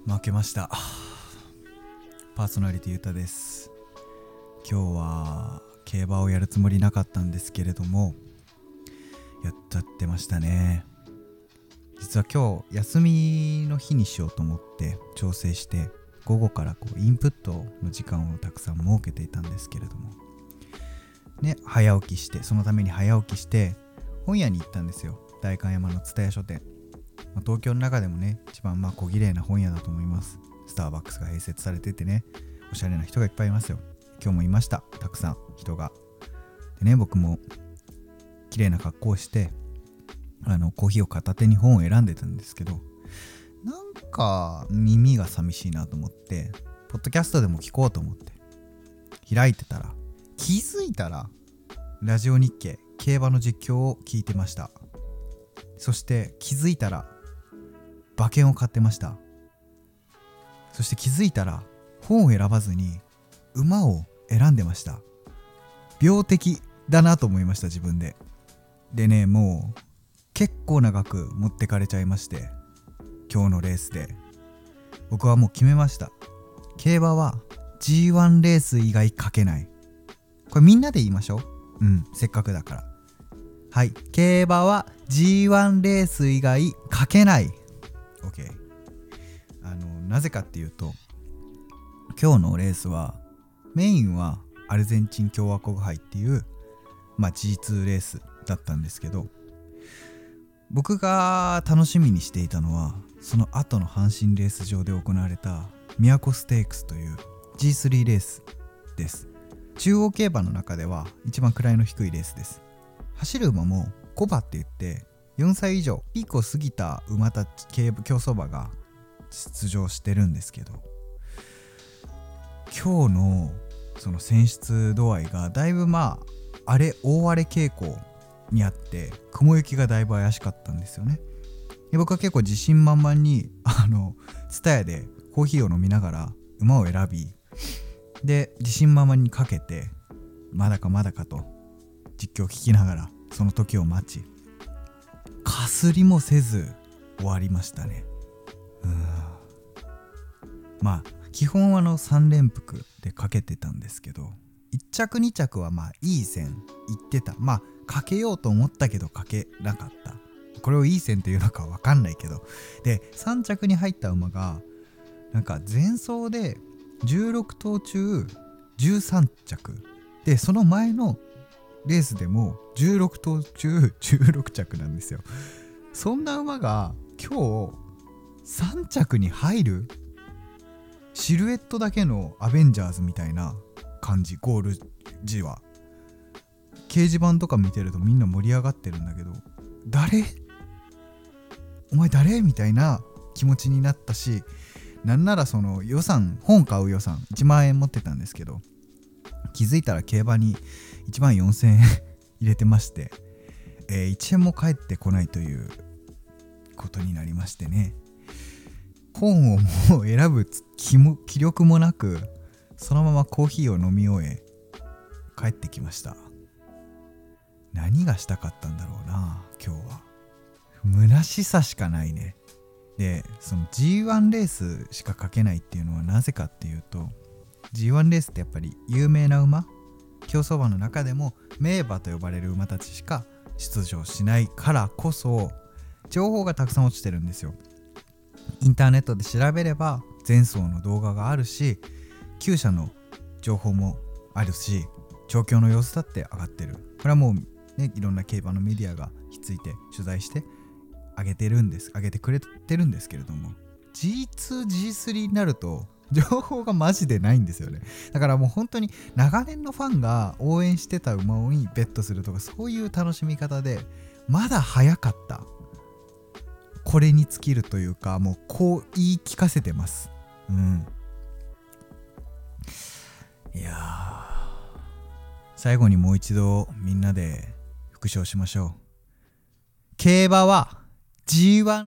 負けました。パーソナリティゆたです。今日は競馬をやるつもりなかったんですけれども、やっちゃってましたね。実は今日休みの日にしようと思って調整して、午後からインプットの時間をたくさん設けていたんですけれどもね、早起きして、そのために早起きして本屋に行ったんですよ。代官山の蔦屋書店。東京の中でもね、一番小綺麗な本屋だと思います。スターバックスが併設されててね、おしゃれな人がいっぱいいますよ。今日もいました、たくさん人が。でね、僕も綺麗な格好をしてコーヒーを片手に本を選んでたんですけど、なんか耳が寂しいなと思って、ポッドキャストでも聞こうと思って開いてたら、気づいたらラジオ日経競馬の実況を聞いてました。そして気づいたら馬券を買ってました。そして気づいたら本を選ばずに馬を選んでました。病的だなと思いました、自分で。でね、もう結構長く持ってかれちゃいまして、今日のレースで僕はもう決めました。競馬は G1 レース以外かけない。これみんなで言いましょう。せっかくだから。はい、競馬は G1 レース以外かけない。 OK。 なぜかっていうと、今日のレースはメインはアルゼンチン共和国杯っていう、G2 レースだったんですけど、僕が楽しみにしていたのはその後の阪神レース場で行われた都ステークスという G3 レースです。中央競馬の中では一番位の低いレースです。走る馬もコバって言って4歳以上ピークを過ぎた馬たち、競走馬が出場してるんですけど、今日のその選出度合いがだいぶ大荒れ傾向にあって、雲行きがだいぶ怪しかったんですよね。で、僕は結構自信満々にツタヤでコーヒーを飲みながら馬を選び、で自信満々にかけて、まだかまだかと実況を聞きながらその時を待ち、かすりもせず終わりましたね。基本は3連複でかけてたんですけど、1着2着はいい線いってた。かけようと思ったけどかけなかった。これをいい線というのかわかんないけど、で3着に入った馬が前走で16頭中13着で、その前のレースでも16頭中16着なんですよ。そんな馬が今日3着に入る。シルエットだけのアベンジャーズみたいな感じ。ゴール時は掲示板とか見てるとみんな盛り上がってるんだけど、お前誰みたいな気持ちになったし、なんならその予算、本買う予算1万円持ってたんですけど、気づいたら競馬に1万4000円入れてまして、1円も返ってこないということになりましてね。本をもう選ぶ気力もなく、そのままコーヒーを飲み終え帰ってきました。何がしたかったんだろうな、今日は。虚しさしかないね。で、その G1 レースしかかけないっていうのはなぜかっていうと、 G1 レースってやっぱり有名な馬、競走馬の中でも名馬と呼ばれる馬たちしか出場しないからこそ、情報がたくさん落ちてるんですよ。インターネットで調べれば前走の動画があるし、厩舎の情報もあるし、調教の様子だって上がってる。これはもうね、いろんな競馬のメディアがひっついて取材して上げてくれてるんですけれども、 G2、G3 になると情報がマジでないんですよね。だからもう本当に長年のファンが応援してた馬にベットするとか、そういう楽しみ方で、まだ早かった。これに尽きるというか、もうこう言い聞かせてます。いやー、最後にもう一度みんなで復唱しましょう。競馬は G1